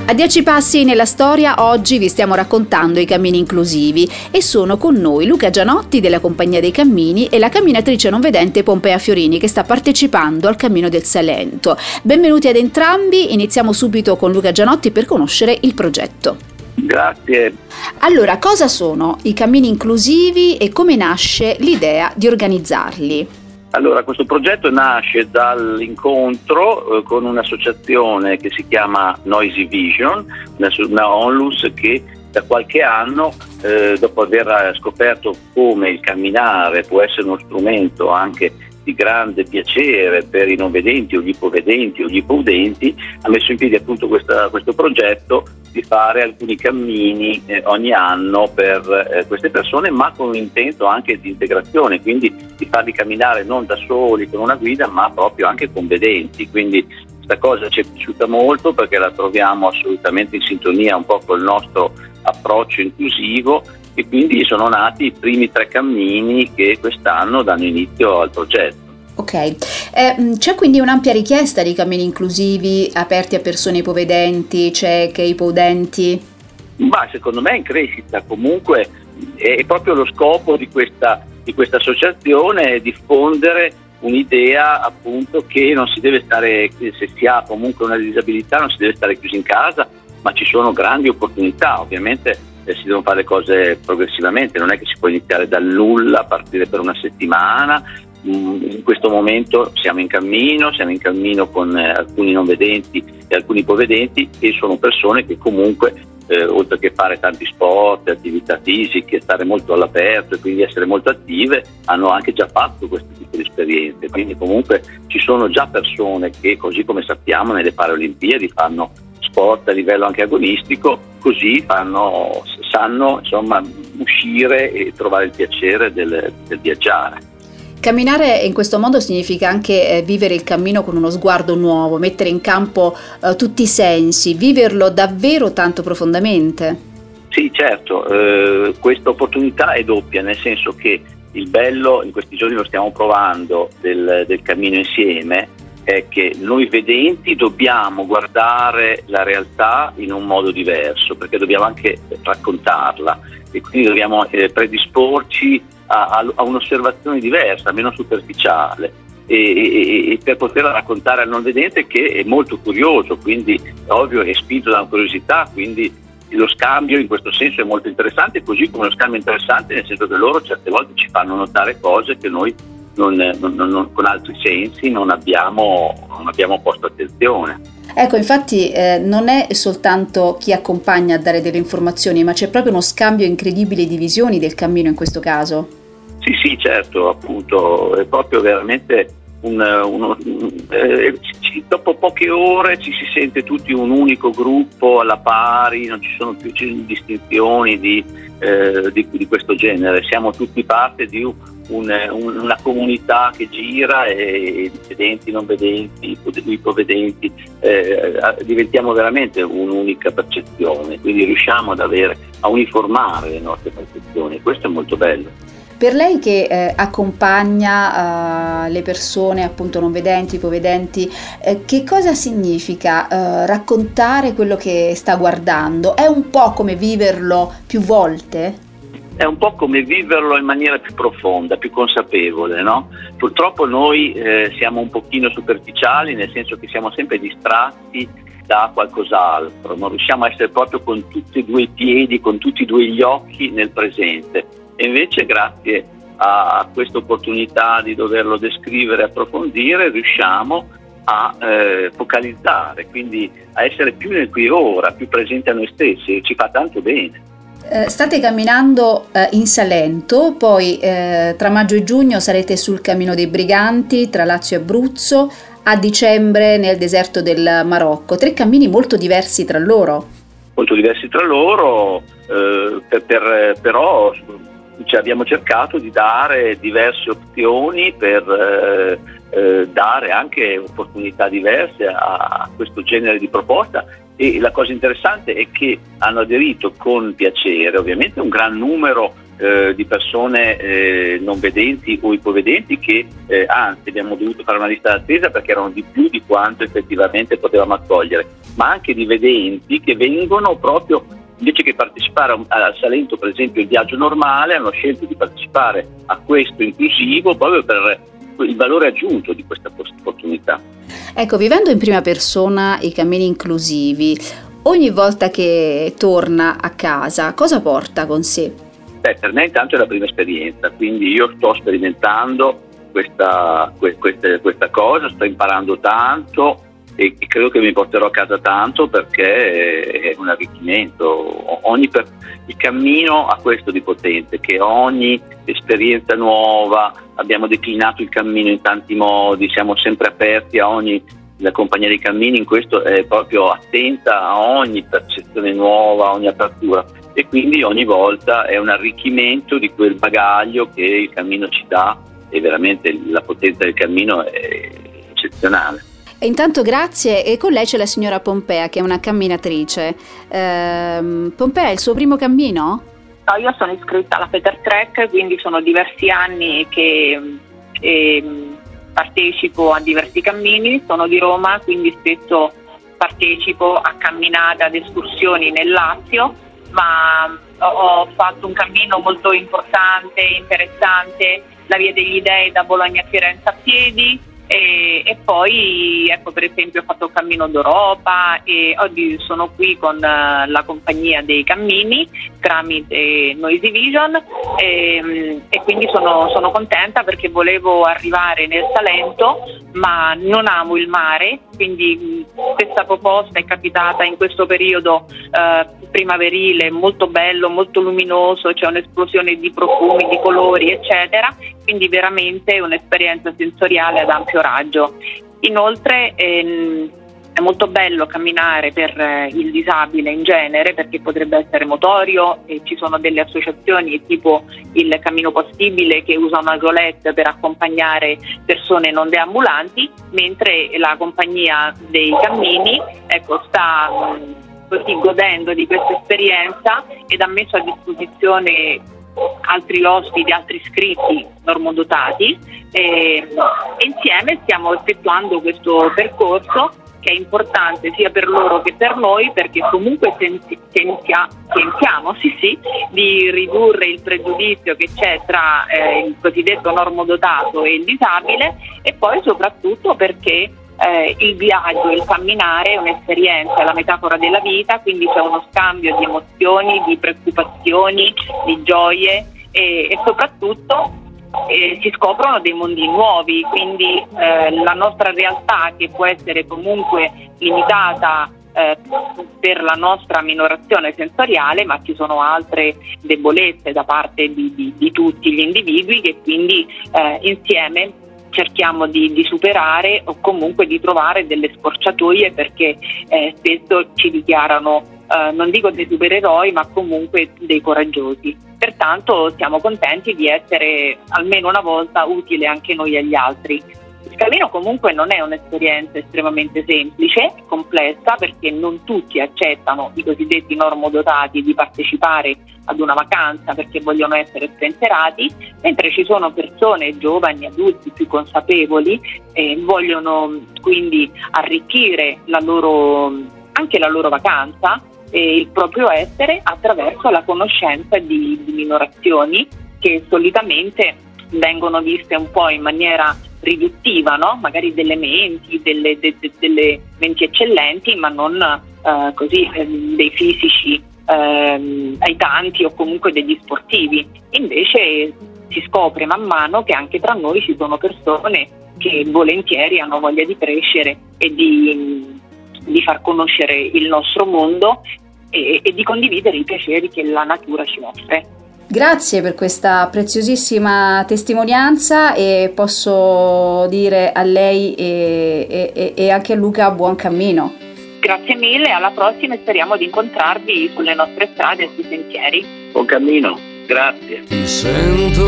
A 10 passi nella storia oggi vi stiamo raccontando i cammini inclusivi e sono con noi Luca Gianotti della Compagnia dei Cammini e la camminatrice non vedente Pompea Fiorini che sta partecipando al Cammino del Salento. Benvenuti ad entrambi, iniziamo subito con Luca Gianotti per conoscere il progetto. Grazie. Allora, cosa sono i cammini inclusivi e come nasce l'idea di organizzarli? Allora, questo progetto nasce dall'incontro con un'associazione che si chiama Noisy Vision, una onlus che da qualche anno, dopo aver scoperto come il camminare può essere uno strumento anche di grande piacere per i non vedenti o gli ipovedenti o gli ipoudenti, ha messo in piedi appunto questo progetto di fare alcuni cammini ogni anno per queste persone, ma con un intento anche di integrazione, quindi di farli camminare non da soli con una guida, ma proprio anche con vedenti. Quindi questa cosa ci è piaciuta molto perché la troviamo assolutamente in sintonia un po' col nostro approccio inclusivo, e quindi sono nati i primi 3 cammini che quest'anno danno inizio al progetto. Ok, c'è quindi un'ampia richiesta di cammini inclusivi aperti a persone ipovedenti, cieche, ipoudenti? Ma secondo me è in crescita, comunque è proprio lo scopo di questa associazione, diffondere un'idea appunto che non si deve stare, se si ha comunque una disabilità non si deve stare chiusi in casa, ma ci sono grandi opportunità. Ovviamente si devono fare le cose progressivamente, non è che si può iniziare dal nulla, partire per una settimana. In questo momento siamo in cammino con alcuni non vedenti e alcuni ipovedenti, e sono persone che comunque oltre che fare tanti sport, attività fisiche, stare molto all'aperto e quindi essere molto attive, hanno anche già fatto questo tipo di esperienze. Quindi comunque ci sono già persone che, così come sappiamo, nelle Paralimpiadi fanno sport a livello anche agonistico, così sanno insomma uscire e trovare il piacere del viaggiare. Camminare in questo modo significa anche vivere il cammino con uno sguardo nuovo, mettere in campo tutti i sensi, viverlo davvero tanto profondamente. Sì, certo, questa opportunità è doppia, nel senso che il bello, in questi giorni lo stiamo provando, del cammino insieme, è che noi vedenti dobbiamo guardare la realtà in un modo diverso, perché dobbiamo anche raccontarla e quindi dobbiamo predisporci a un'osservazione diversa, meno superficiale, e per poterla raccontare al non vedente, che è molto curioso, quindi ovvio è spinto da una curiosità, quindi lo scambio in questo senso è molto interessante, così come lo scambio è interessante nel senso che loro certe volte ci fanno notare cose che noi non, con altri sensi non abbiamo posto attenzione. Ecco, infatti non è soltanto chi accompagna a dare delle informazioni, ma c'è proprio uno scambio incredibile di visioni del cammino in questo caso. Sì, certo, appunto, è proprio veramente dopo poche ore ci si sente tutti un unico gruppo alla pari, non ci sono più distinzioni di questo genere, siamo tutti parte di una comunità che gira, e vedenti, non vedenti, ipovedenti, diventiamo veramente un'unica percezione, quindi riusciamo a uniformare le nostre percezioni, questo è molto bello. Per lei che accompagna le persone appunto non vedenti, ipovedenti, che cosa significa raccontare quello che sta guardando? È un po' come viverlo più volte? È un po' come viverlo in maniera più profonda, più consapevole, no? Purtroppo noi siamo un pochino superficiali, nel senso che siamo sempre distratti da qualcos'altro, non riusciamo a essere proprio con tutti e 2 i piedi, con tutti e 2 gli occhi nel presente. E invece grazie a questa opportunità di doverlo descrivere e approfondire riusciamo a focalizzare, quindi a essere più nel qui e ora, più presenti a noi stessi, e ci fa tanto bene. State camminando in Salento, poi tra maggio e giugno sarete sul Cammino dei Briganti tra Lazio e Abruzzo, a dicembre nel deserto del Marocco. 3 cammini molto diversi tra loro. Molto diversi tra loro, però abbiamo cercato di dare diverse opzioni per dare anche opportunità diverse a questo genere di proposta, e la cosa interessante è che hanno aderito con piacere ovviamente un gran numero di persone non vedenti o ipovedenti che anzi abbiamo dovuto fare una lista d'attesa perché erano di più di quanto effettivamente potevamo accogliere, ma anche di vedenti che vengono proprio, invece che partecipare al Salento per esempio il viaggio normale, hanno scelto di partecipare a questo inclusivo proprio per il valore aggiunto di questa opportunità. Ecco, vivendo in prima persona i cammini inclusivi, ogni volta che torna a casa cosa porta con sé? Per me intanto è la prima esperienza, quindi io sto sperimentando questa cosa, sto imparando tanto e credo che mi porterò a casa tanto perché è un arricchimento. Il cammino ha questo di potente, che ogni esperienza nuova, abbiamo declinato il cammino in tanti modi, siamo sempre aperti a la compagnia dei cammini in questo è proprio attenta a ogni percezione nuova, a ogni apertura, e quindi ogni volta è un arricchimento di quel bagaglio che il cammino ci dà, e veramente la potenza del cammino è eccezionale. E intanto grazie, e con lei c'è la signora Pompea che è una camminatrice. Pompea, è il suo primo cammino? No, io sono iscritta alla Peter Trek, quindi sono diversi anni che partecipo a diversi cammini, sono di Roma, quindi spesso partecipo a camminate, ad escursioni nel Lazio, ma ho fatto un cammino molto importante, interessante, la Via degli Dei da Bologna a Firenze a piedi, e poi ecco, per esempio ho fatto il Cammino d'Europa e oggi sono qui con la compagnia dei cammini tramite Noisy Vision e quindi sono contenta perché volevo arrivare nel Salento, ma non amo il mare, quindi questa proposta è capitata in questo periodo primaverile, molto bello, molto luminoso, c'è un'esplosione di profumi, di colori eccetera, quindi veramente un'esperienza sensoriale ad ampio raggio. Inoltre è molto bello camminare per il disabile in genere perché potrebbe essere motorio e ci sono delle associazioni tipo il Cammino Possibile che usa una solette per accompagnare persone non deambulanti, mentre la compagnia dei cammini sta così godendo di questa esperienza ed ha messo a disposizione altri ospiti, altri iscritti normodotati e insieme stiamo effettuando questo percorso che è importante sia per loro che per noi, perché comunque tentiamo di ridurre il pregiudizio che c'è tra il cosiddetto normodotato e il disabile, e poi soprattutto perché il viaggio, il camminare è un'esperienza, è la metafora della vita, quindi c'è uno scambio di emozioni, di preoccupazioni, di gioie e soprattutto si scoprono dei mondi nuovi, quindi la nostra realtà, che può essere comunque limitata per la nostra minorazione sensoriale, ma ci sono altre debolezze da parte di tutti gli individui che quindi insieme cerchiamo di superare o comunque di trovare delle scorciatoie, perché spesso ci dichiarano non dico dei supereroi, ma comunque dei coraggiosi. Pertanto siamo contenti di essere almeno una volta utile anche noi agli altri. Il cammino comunque non è un'esperienza estremamente semplice, complessa, perché non tutti accettano, i cosiddetti normodotati, di partecipare ad una vacanza perché vogliono essere spensierati, mentre ci sono persone, giovani, adulti, più consapevoli, vogliono quindi arricchire anche la loro vacanza e il proprio essere attraverso la conoscenza di minorazioni che solitamente vengono viste un po' in maniera riduttiva, no? Magari delle menti, delle menti eccellenti, ma non così dei fisici aitanti o comunque degli sportivi. Invece si scopre man mano che anche tra noi ci sono persone che volentieri hanno voglia di crescere e di far conoscere il nostro mondo e di condividere i piaceri che la natura ci offre. Grazie per questa preziosissima testimonianza e posso dire a lei e anche a Luca buon cammino. Grazie mille, alla prossima e speriamo di incontrarvi sulle nostre strade e sui sentieri. Buon cammino, grazie. Ti sento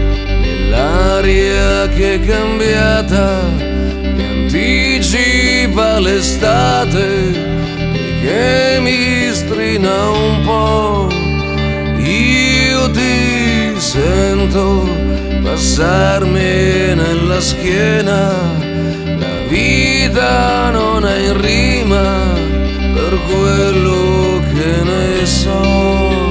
nell'aria che è cambiata, che anticipa l'estate e che mi strina un po'. Io ti sento passarmi nella schiena, la vita non è in rima per quello che ne so.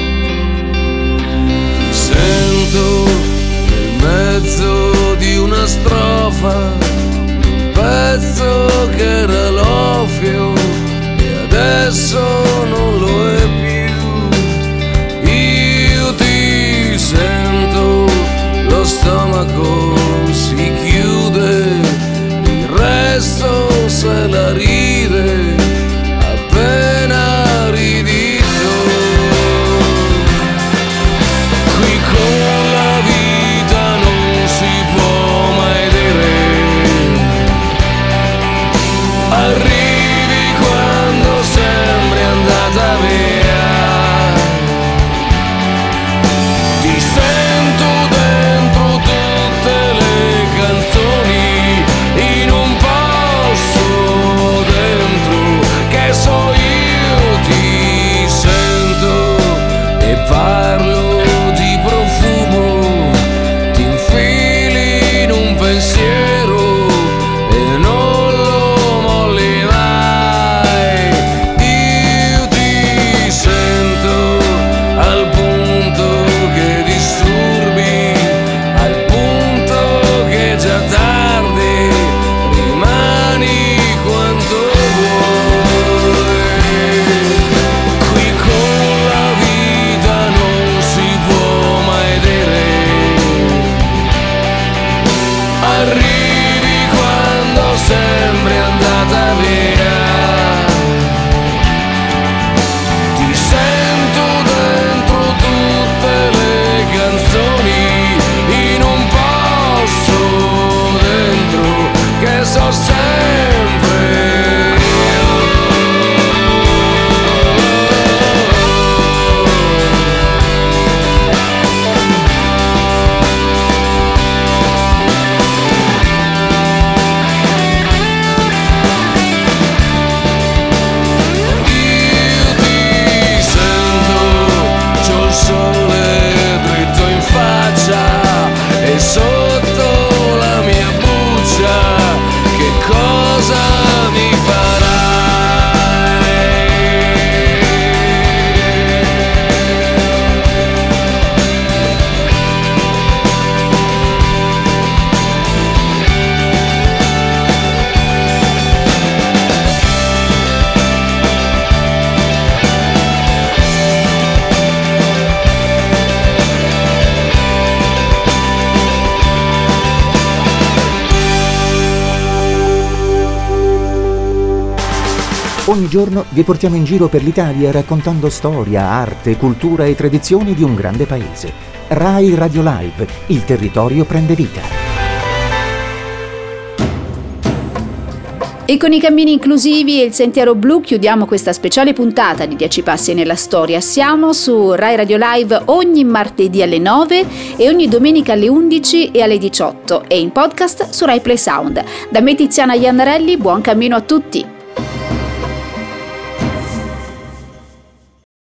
Ti sento nel mezzo di una strofa, un pezzo che era l'ovvio e adesso non lo è più. Io ti sento, lo stomaco si chiude, il resto se la ride appena ridi tu. Qui con la vita non si può mai dire arrivi quando sembri andata via. Ti sento dentro tutte le canzoni, in un posto dentro che so io. Ti sento e parlo di profumo, ti infili in un pensiero e non lo molli mai. Io ti sento al punto che disturbi, al punto che già tardi, rimani quanto vuoi. Qui con la vita non si può mai dire arrivi quando sembri andata via. Ti sento dentro tutte le canzoni, in un posto dentro che so sempre io. Io ti sento, c'ho il sole dritto in faccia e sotto la mia buccia che cosa mi farai? Ogni giorno vi portiamo in giro per l'Italia raccontando storia, arte, cultura e tradizioni di un grande paese. Rai Radio Live, il territorio prende vita. E con i cammini inclusivi e il Sentiero Blu chiudiamo questa speciale puntata di 10 passi nella storia. Siamo su Rai Radio Live ogni martedì alle 9 e ogni domenica alle 11 e alle 18 e in podcast su Rai Play Sound. Da me Tiziana Iannarelli, buon cammino a tutti!